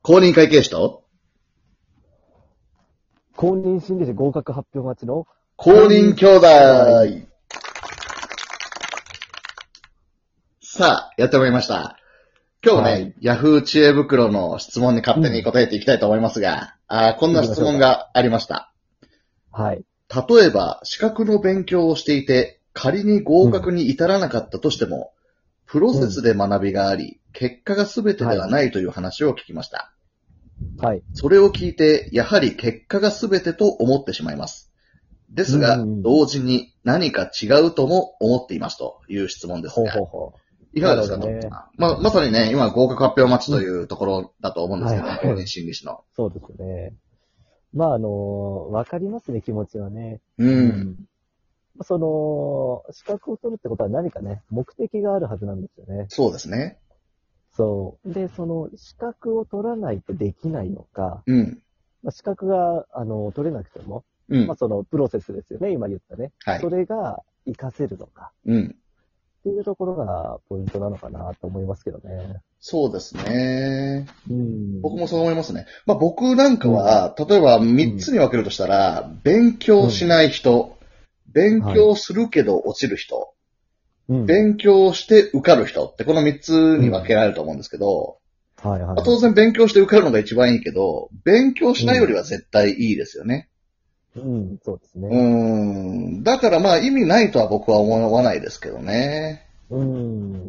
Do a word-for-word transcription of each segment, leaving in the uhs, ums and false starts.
公認会計士と公認心理師合格発表待ちの公認兄弟。さあ、やってまいりました。今日ね、はい、ヤフー知恵袋の質問に勝手に答えていきたいと思いますが、うん、あこんな質問がありました。 はい。 例えば、資格の勉強をしていて、仮に合格に至らなかったとしても、うん、プロセスで学びがあり、結果が全てではないという話を聞きました。 はい。 それを聞いて、やはり結果が全てと思ってしまいます。ですが、うん、同時に何か違うとも思っていますという質問ですが。 ほうほうほう。 いかがですか、ね、まあ、まさにね、今合格発表待ちというところだと思うんですけど、公認心理師の。 そうですね。まあ、あの、わかりますね、気持ちはね。 うん。うん、 その、資格を取るってことは何かね、目的があるはずなんですよね。 そうですね。 そう。で、その、資格を取らないとできないのか、 うん。 まあ、資格が、あの、取れなくても、 うん、 まあ、その、プロセスですよね、今言ったね。 はい。 それが活かせるのか。 うん。 っていうところがポイントなのかなと思いますけどね。 そうですね。 うん、 僕もそう思いますね。まあ僕なんかは、うん、例えばみっつに分けるとしたら、うん、勉強しない人、うん、勉強するけど落ちる人、うん、勉強して受かる人ってこのみっつに分けられると思うんですけど、 うんはいはい、 当然勉強して受かるのが一番いいけど、勉強しないよりは絶対いいですよね。 うん、うん、そうですね。 うん。だからまあ意味ないとは僕は思わないですけどね。 うん、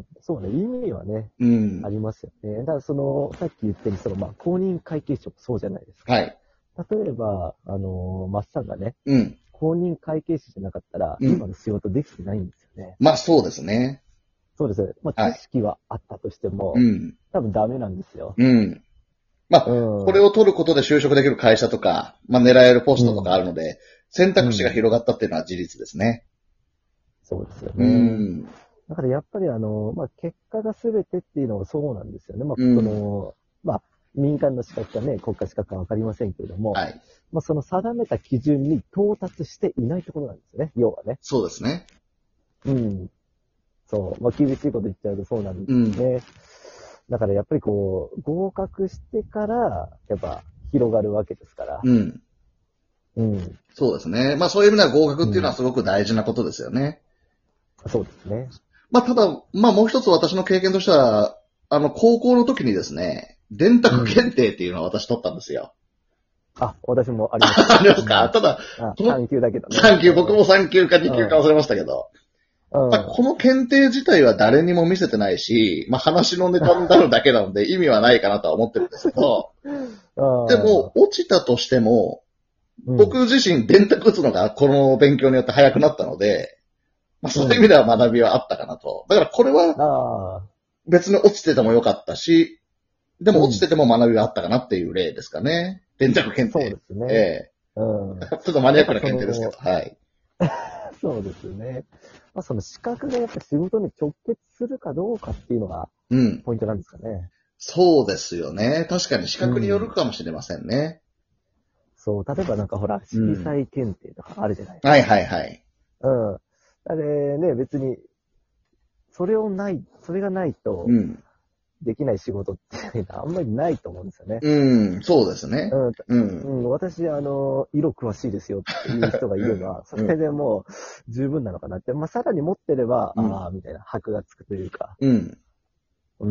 そうね、意味はね、 うん、 ありますよね。だからその、さっき言ったように、その、まあ、公認会計士もそうじゃないですか。 はい。 例えば、あの、マッサンがね、 うん、 公認会計士じゃなかったら、うん、今の仕事できてないんですよね。 まあそうですね。 そうです。まあ、知識はあったとしても、 はい、うん、 多分ダメなんですよ。 うん。まあ、うん、これを取ることで就職できる会社とか、まあ狙えるポストとかあるので、うん、選択肢が広がったっていうのは事実ですね。 うん、そうですよね。うんだからやっぱりあの、まあ、結果が全てっていうのはそうなんですよね。まあ、その、うん、まあ、民間の資格かね、国家資格かわかりませんけれども、はい。まあ、その定めた基準に到達していないところなんですよね、要はね。 そうですね。 うん。そう。まあ、厳しいこと言っちゃうとそうなんですね。うん、だからやっぱりこう、合格してから、やっぱ広がるわけですから。 うん。 うん。 そうですね。まあ、そういう意味では合格っていうのはすごく大事なことですよね。 うん、そうですね。 まあ、ただ、まあ、もう一つ私の経験としては、あの、高校の時にですね、電卓検定っていうのを私取ったんですよ。 うん、あ、私もあります。 ありますか、うん、ただ、 さん級だけどね。 さん級、僕もさん級かに級か忘れましたけど。うんまあ、この検定自体は誰にも見せてないし、まあ、話のネタになるだけなので意味はないかなとは思ってるんですけど、でも、落ちたとしても、僕自身電卓打つのがこの勉強によって早くなったので、まあ、そういう意味では学びはあったかなと。だからこれは別に落ちててもよかったし、でも落ちてても学びがあったかなっていう例ですかね。電卓検定。 そうですね。 ええうん、ちょっとマニアックな検定ですけど、はい。 そうですね。まあ、その資格がやっぱ仕事に直結するかどうかっていうのが、ポイントなんですかね、うん。 そうですよね。確かに資格によるかもしれませんね。 うん、そう、例えばなんかほら、色彩検定とかあるじゃないですか。 うん、はいはいはい。 うん。あれね、別に、それをない、それがないと、できない仕事っていうのはあんまりないと思うんですよね。 うん、そうですね。 うん。うん、私、あの、色詳しいですよっていう人がいるのは、それでもう十分なのかなって。まあ、さらに持ってれば、うん、ああ、みたいな箔がつくというか。 うん。 うん。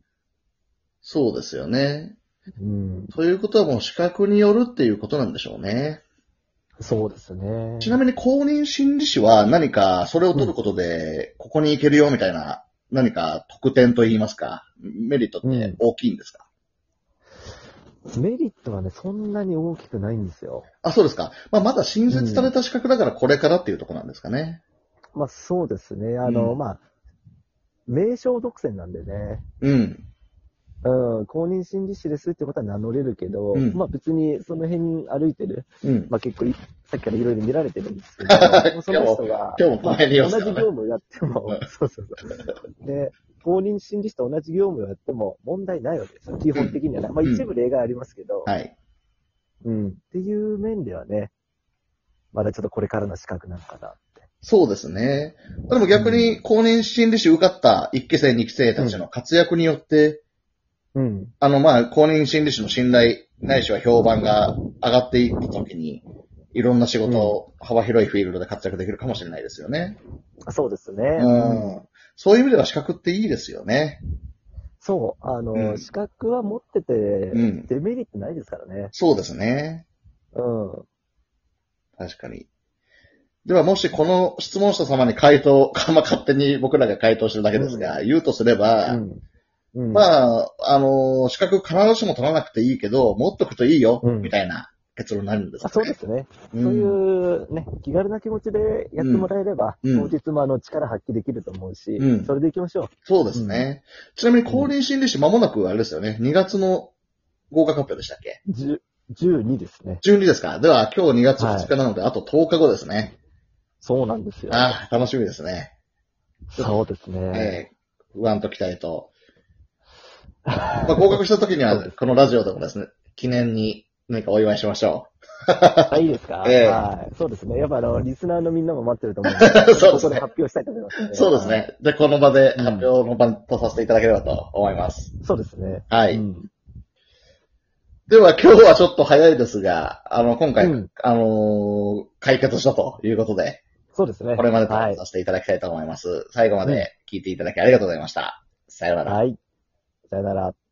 そうですよね。 うん。 ということはもう資格によるっていうことなんでしょうね。 そうですね。 ちなみに公認心理師は何かそれを取ることで、ここに行けるよみたいな、何か特典と言いますか、メリットって大きいんですか？ うん、メリットはね、そんなに大きくないんですよ。 あ、そうですか。まあ、まだ新設された資格だからこれからっていうところなんですかね。 うん、まあ、そうですね。あの、うん、まあ、名称独占なんでね。 うん。 うん、公認心理師ですってことは名乗れるけど、うん、まあ別にその辺歩いてる、うん、まあ結構さっきからいろいろ見られてるんですけど、その人が、 今日も前に同じ業務をやっても、そうそうそう。で、公認心理師と同じ業務をやっても問題ないわけですよ。基本的にはね。まあ一部例外ありますけど、 はい。 うん。っていう面ではね、まだちょっとこれからの資格なのかなって。 そうですね。でも逆に公認心理師受かった一期生二期生たちの活躍によって、 うん。 あの、まあ、公認心理師の信頼、ないしは評判が上がっていったときに、いろんな仕事を幅広いフィールドで活躍できるかもしれないですよね。 うん、そうですね。 うん。そういう意味では資格っていいですよね。 そう。あの、うん、資格は持ってて、デメリットないですからね。うん、 そうですね。 うん。 確かに。では、もしこの質問者様に回答、まあ、勝手に僕らが回答してるだけですが、うん、言うとすれば、うんうん、まあ、あの、資格必ずしも取らなくていいけど、持っとくといいよ、うん、みたいな結論になるんですかね。 そうですね、うん。そういうね、気軽な気持ちでやってもらえれば、うん、当日もあの力発揮できると思うし、うん、それでいきましょう。 そうですね。うん、ちなみに公認心理師間もなくあれですよね、にがつの合格発表でしたっけ？ じゅうにですね。 じゅうにですか。では、今日にがつふつかなので、はい、あととおかごですね。 そうなんですよ。 ああ、楽しみですね。 そうですね。 えー、不安と期待と。まあ、合格した時には、このラジオでもですね、記念に何かお祝いしましょう。あ、いいですか、えー、はい。そうですね。やっぱあの、リスナーのみんなも待ってると思うんで、そうですね。ここで発表したいと思います、ね。 そうですね。で、この場で発表の場とさせていただければと思います。 うん、そうですね。 はい。うん、では、今日はちょっと早いですが、あの、今回、うん、あのー、解決したということで、 そうですね。 これまでとさせていただきたいと思います。はい、最後まで聞いていただきありがとうございました。さようなら。 はい。さよなら。